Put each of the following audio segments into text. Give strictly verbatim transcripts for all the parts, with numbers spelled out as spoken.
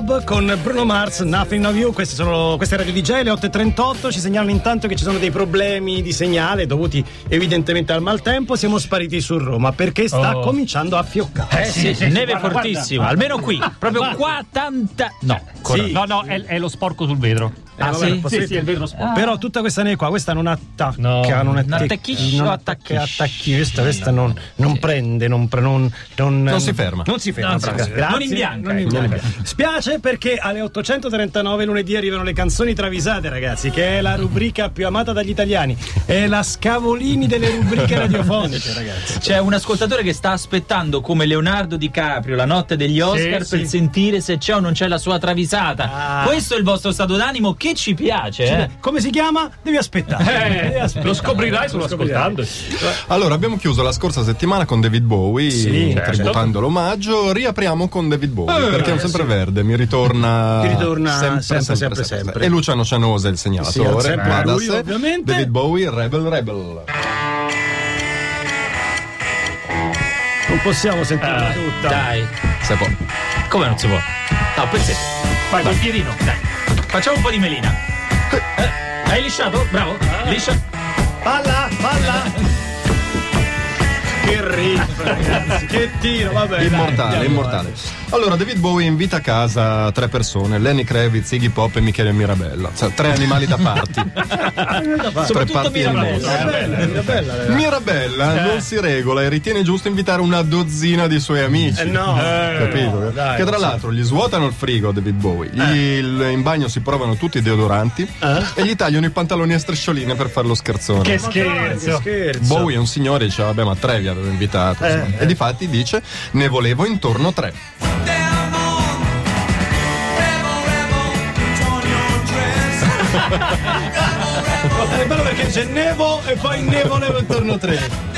Bob con Bruno Mars, Nothing of You. Queste sono queste Radio D J, le otto e trentotto. Ci segnalano intanto che ci sono dei problemi di segnale dovuti evidentemente al maltempo. Siamo spariti su Roma perché sta oh. cominciando a fioccare. Eh sì, sì, neve guarda, fortissima, guarda. Almeno qui, proprio guarda. qua tanta. No, sì. no, no, è, è lo sporco sul vetro. Eh, ah, vabbè, sì? Sì, sì, è il vetro sporco. Ah. Però tutta questa neve qua, questa non attacca, no. non attacca, attacchisce, non attacca, attacchi, questa, questa non, non sì. prende, non, non, non, non si ferma. Non si ferma. No, grazie. Grazie. Non in bianca. Non in bianca. Spiace perché alle ottocentotrentanove lunedì arrivano le canzoni travisate, ragazzi, che è la rubrica più amata dagli italiani. È la Scavolini delle rubriche radiofoniche, ragazzi. C'è un ascoltatore che sta aspettando come Leonardo DiCaprio la notte degli Oscar sì, per sì. sentire se c'è o non c'è la sua travisata. Ah. Questo è il vostro stato d'animo che ci piace. Eh? Come si chiama? Devi aspettare. Eh, Devi aspettare. Lo scoprirai solo ascoltando. Allora, abbiamo chiuso la scorsa settimana con David Bowie, sì, tributando certo. l'omaggio. Riapriamo con David Bowie, eh, perché è un sempreverde, mi ritorna, mi ritorna sempre, sempre, sempre, sempre, sempre, sempre. E Luciano Cianosa, il segnalatore. Sì, sempre lui, ovviamente. David Bowie, Rebel Rebel. Non possiamo sentirla uh, tutta. Dai. Se può. Come non si può? No, pezzetto. Vai col piedino, dai. Facciamo un po' di melina. Eh, hai lisciato? Bravo. Ah. Liscia. Palla, palla. Che riff, ragazzi, che tiro, vabbè. Immortale, dai, immortale. Allora, David Bowie invita a casa tre persone: Lenny Kravitz, Iggy Pop e Michele Mirabella. Cioè, tre animali da party. Soprattutto Mirabella. Mirabella, Mirabella, Mirabella non si regola e ritiene giusto invitare una dozzina di suoi amici. Eh no, eh, capito? No, dai, che tra l'altro gli svuotano il frigo a David Bowie, gli, eh. il, in bagno si provano tutti i deodoranti eh. e gli tagliano i pantaloni a striscioline per fare lo scherzone. Che scherzo. che scherzo. Bowie è un signore e dice: vabbè, ma tre vi avevo invitato. Eh, eh. E difatti dice: ne volevo intorno tre. È bello perché c'è Nevo e poi Nevo Nevo intorno tre.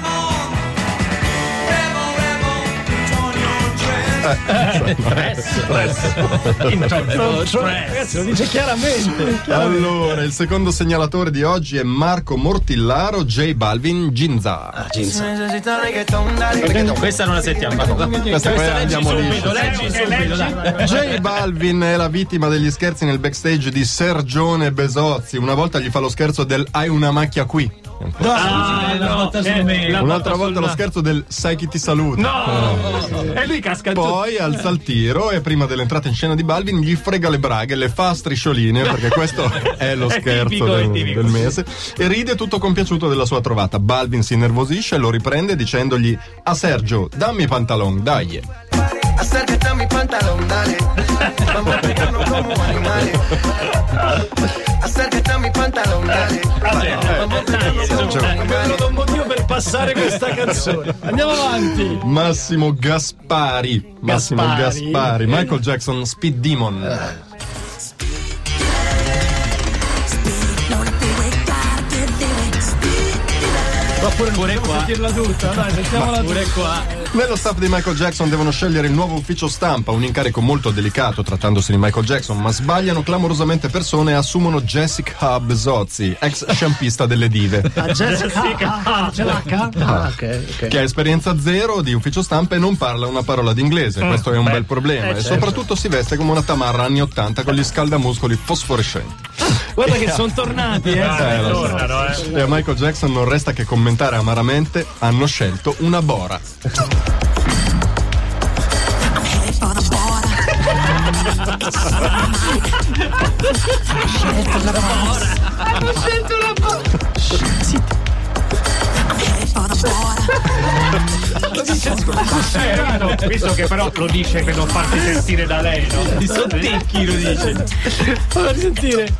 Eh, stress, stress. Ragazzi, lo dice chiaramente, chiaramente. Allora, il secondo segnalatore di oggi è Marco Mortillaro, J Balvin, Ginza. Ah, Ginza. Questa non la sentiamo. Questa poi andiamo lì. J Balvin è la vittima degli scherzi nel backstage di Sergione Besozzi. Una volta gli fa lo scherzo del hai una macchia qui. Ah, una volta su me. Un'altra volta lo scherzo del sai chi ti saluta. No! E lui casca giù. Poi alza il tiro e prima dell'entrata in scena di Balvin gli frega le braghe, le fa a striscioline, perché questo è lo è scherzo tipico, del, tipico, del mese, e ride tutto compiaciuto della sua trovata. Balvin si innervosisce e lo riprende dicendogli: a Sergio, dammi i pantalon, dai. Acércate a mi pantalón, dale. Vamos a pegarnos como animales. Acércate a mi pantalón, dale. Vamos a pegarnos como animales. Non un motivo per passare questa canzone. Andiamo avanti. Massimo Gaspari. Massimo Gaspari. Gaspari. Michael Jackson, Speed Demon. Uh. Ma pure, pure qua sentirla tutta, dai, sentiamola pure tutta. qua. Nello staff di Michael Jackson devono scegliere il nuovo ufficio stampa, un incarico molto delicato trattandosi di Michael Jackson, ma sbagliano clamorosamente persone e assumono Jessica Besozzi, ex sciampista delle dive. Ah, Jessica, ah, c'è l'H? Ah, okay, okay. Che ha esperienza zero di ufficio stampa e non parla una parola d'inglese. Mm, questo è un beh, bel problema. Eh, e certo. Soprattutto si veste come una tamarra anni ottanta con gli scaldamuscoli fosforescenti. Guarda che sono tornati, eh. eh, eh tornano, eh. E a Michael Jackson non resta che commentare amaramente: hanno scelto una bora. Hanno scelto una bora. Zitti. Lo dice eh, visto che però lo dice per non farti sentire da lei, no? Di sottecchi lo dice. Fammi sentire.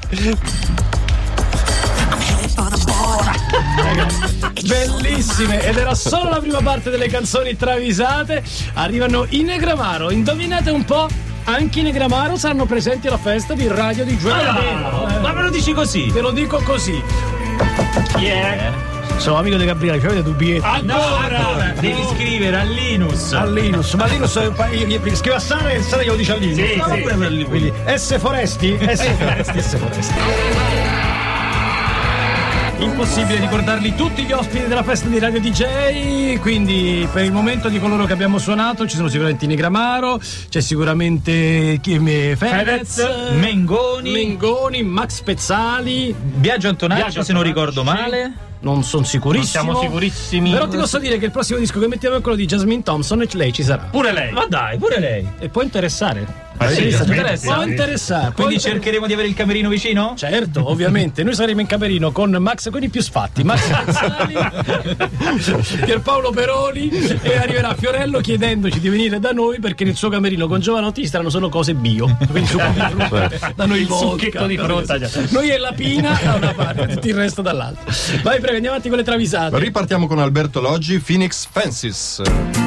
Bellissime, ed era solo la prima parte delle canzoni travisate. Arrivano i Negramaro. Indovinate un po', anche i Negramaro saranno presenti alla festa di Radio di Gioia. Ah, eh. Ma me lo dici così? Te lo dico così. Yeah. Sono amico di Gabriele, ci avete dubbi? Allora, devi scrivere a Linus. A Linus, ma Linus scrive a Sara e Sara glielo dice a Linus. Sì, no, sì, pure sì. Quindi S Foresti? S Foresti, S Foresti. Impossibile ricordarli tutti gli ospiti della festa di Radio D J, quindi per il momento di coloro che abbiamo suonato ci sono sicuramente Negramaro, c'è sicuramente Fedez, Fedez, Mengoni, Mengoni, Max Pezzali, Biagio Antonacci, Biagio se non ricordo male. Non sono sicurissimo. Non siamo sicurissimi. Però ti posso dire che il prossimo disco che mettiamo è quello di Jasmine Thompson e lei ci sarà. Pure lei. Ma dai, pure lei. E può interessare. Ma sì, sì, interessa. Può interessare. Quindi può cercheremo di avere il camerino vicino? Certo, ovviamente. Noi saremo in camerino con Max, con i più sfatti, Max Pezzali, Pierpaolo Peroni, e arriverà Fiorello chiedendoci di venire da noi perché nel suo camerino con Giovanotti staranno solo cose bio. Quindi succo di frutta, da noi il succhetto di frutta. Noi e la pina da una parte, tutto il resto dall'altra. Vai, prego, andiamo avanti con le travisate. Ripartiamo con Alberto Loggi, Phoenix Fences.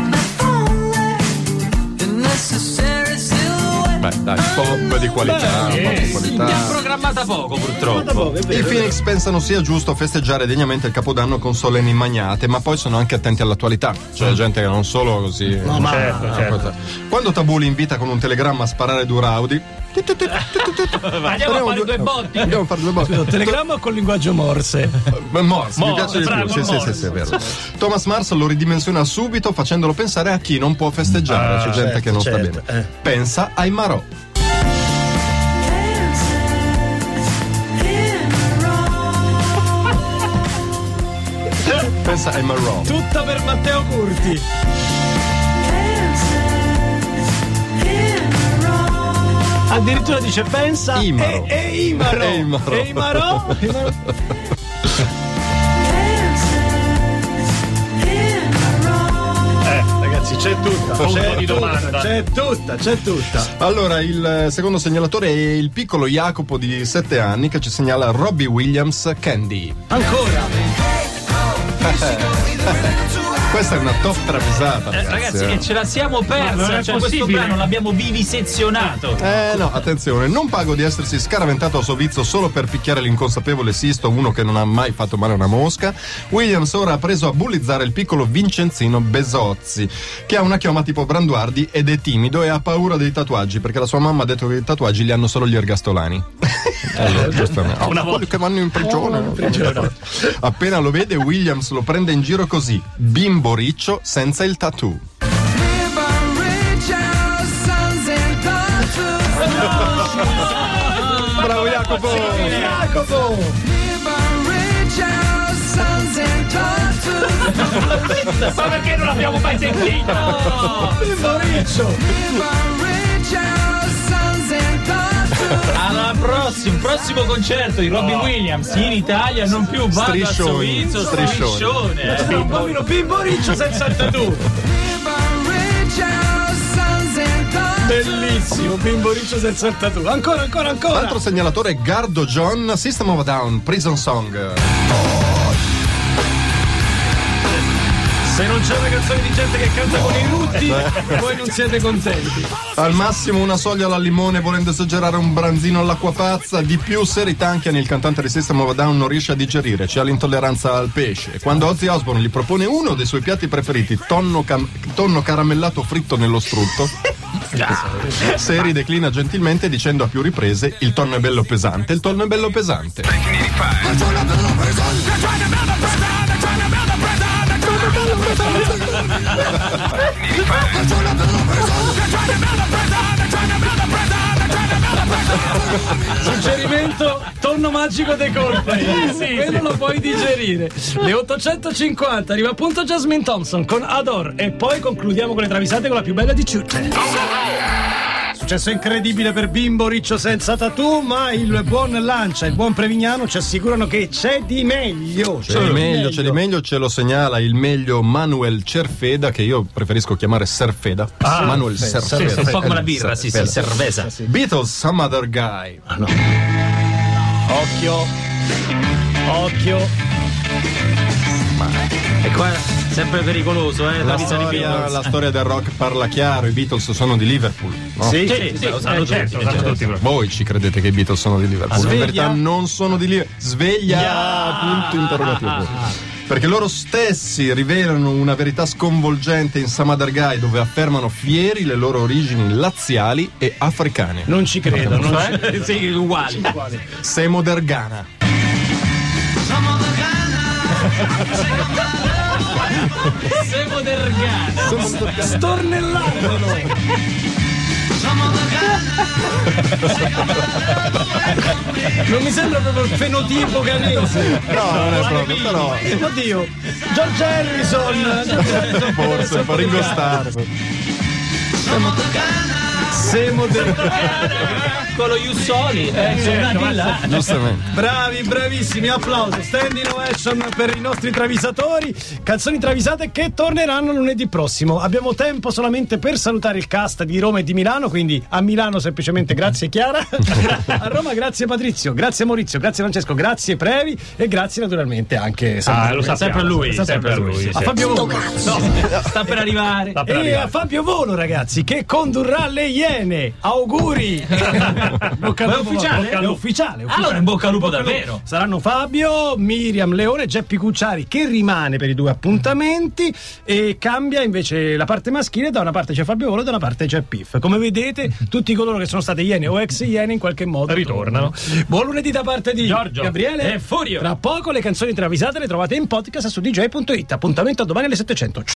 Beh, dai, pop di qualità, Beh, pop di sì, qualità. Ne ha programmata poco, purtroppo. Poco, è vero, I Phoenix pensano sia giusto festeggiare degnamente il Capodanno con solenni magnate, ma poi sono anche attenti all'attualità. C'è gente che non solo così. No, ma certo, certo. Quando Tabù li invita con un telegramma a sparare due Audi. Andiamo a fare due botti. Andiamo a fare due botti. Scusa, telegramma con linguaggio Morse. Beh, Morse, mi Morse, piace di bravo, più. Sì, sì, Morse. sì, sì, è vero. Thomas Mars lo ridimensiona subito facendolo pensare a chi non può festeggiare. Ah, C'è gente certo, che non certo, sta bene. eh. Pensa ai Marò. Pensa ai Marò. Tutta per Matteo Curti. Addirittura dice pensa Imaro. e, e Imaro. E Imaro. E Imaro. E Imaro. Eh, ragazzi, c'è tutta. Punto C'è di tutta, domanda. c'è tutta, c'è tutta. Allora, il secondo segnalatore è il piccolo Jacopo di sette anni che ci segnala Robbie Williams, Candy. Ancora. Questa è una top travisata, Eh, ragazzi, eh. che ce la siamo persa. non è Cioè, questo possibile. brano l'abbiamo vivisezionato. Eh no, attenzione, non pago di essersi scaraventato a suo vizio solo per picchiare l'inconsapevole Sisto, uno che non ha mai fatto male a una mosca. Williams ora ha preso a bullizzare il piccolo Vincenzino Besozzi, che ha una chioma tipo Branduardi ed è timido e ha paura dei tatuaggi, perché la sua mamma ha detto che i tatuaggi li hanno solo gli ergastolani. Allora, giustamente. Oh, Una quelli che vanno in prigione. Oh, in prigione. Appena lo vede, Williams lo prende in giro così, bimbo riccio senza il tattoo. Bravo Jacopo! Jacopo. Ma perché non l'abbiamo mai sentito? Bimbo riccio. Alla prossima, prossimo concerto di Robbie Williams in Italia, non più vado a Striscioni, Sovizio, striscioni. striscione. C'è un bambino bimbo riccio senza il tattoo. Bellissimo, bimbo riccio senza il tattoo. Ancora, ancora, ancora. L'altro segnalatore è Gardo John, System of a Down, Prison Song. Se non c'è una canzone di gente che canta con i rutti, voi non siete contenti. Al massimo una soglia alla limone volendo esagerare un branzino all'acqua pazza. Di più se Ritanchian, il cantante di System of a Down, non riesce a digerire, c'ha l'intolleranza al pesce. Quando Ozzy Osbourne gli propone uno dei suoi piatti preferiti, tonno, cam- tonno caramellato fritto nello strutto, Seri declina gentilmente dicendo a più riprese: il tonno è bello pesante, il tonno è bello pesante. Suggerimento: tonno magico dei colpi. Eh, sì, quello sì. Lo puoi digerire. Le ottocentocinquanta arriva appunto Jasmine Thompson con Adore e poi concludiamo con le travisate con la più bella di tutte. Successo incredibile per Bimbo Riccio senza tattoo, ma il buon Lancia e il buon Prevignano ci assicurano che c'è di meglio. C'è, c'è di meglio, c'è di meglio, ce lo segnala il meglio Manuel Cerfeda, che io preferisco chiamare Serfeda. Ah, Manuel sì, Serfeda. Sì, un po' come la birra, sì, sì, cerveza. Sì. Beatles, Some Other Guy. Ah, no. Occhio, occhio. E qua sempre pericoloso, eh? La storia, la storia del rock parla chiaro, i Beatles sono di Liverpool. No? Sì, Sì, sì, sì, lo sanno Eh, tutti, certo, lo certo. sanno tutti. Voi ci credete che i Beatles sono di Liverpool? Sveglia. In verità non sono di Liverpool. Sveglia, Yeah. punto interrogativo. Perché loro stessi rivelano una verità sconvolgente in Some Other Guy, dove affermano fieri le loro origini laziali e africane. Non ci credo, non ci Eh? Sì, uguali. Semo Dergana. Some other guy Semo Dergana. Stornellandolo. Non mi sembra proprio il fenotipo canese. No, non è proprio, però. Oddio, George Harrison. George Harrison Forse, un po' Ringo Starr. Semo del Con lo Jussoli, eh, sono nati là. Giustamente. Bravi, bravissimi, applauso. Standing ovation per i nostri travisatori. Canzoni travisate che torneranno lunedì prossimo. Abbiamo tempo solamente per salutare il cast di Roma e di Milano, quindi a Milano semplicemente grazie Chiara, a Roma grazie Patrizio, grazie Maurizio, grazie Francesco, grazie Previ e grazie naturalmente anche Ah, lo sappiamo, sempre a lui, sempre, sempre a a lui. lui, sì. a Fabio Volo. No, sta per arrivare. Sta per E arrivare. a Fabio Volo, ragazzi, che condurrà le Iene. Auguri! Bocca al Ma è lupo, ufficiale? È ufficiale, è Allora in bocca al lupo Bocca al lupo. davvero. Saranno Fabio, Miriam Leone, Geppi Cucciari che rimane per i due appuntamenti e cambia invece la parte maschile, da una parte c'è Fabio Volo, da una parte c'è Piff. Come vedete, tutti coloro che sono state Iene o ex Iene in qualche modo Ritornano. Buon lunedì da parte di Giorgio Gabriele e Furio. Tra poco le canzoni travisate le trovate in podcast su d j punto it. Appuntamento a domani alle settecento.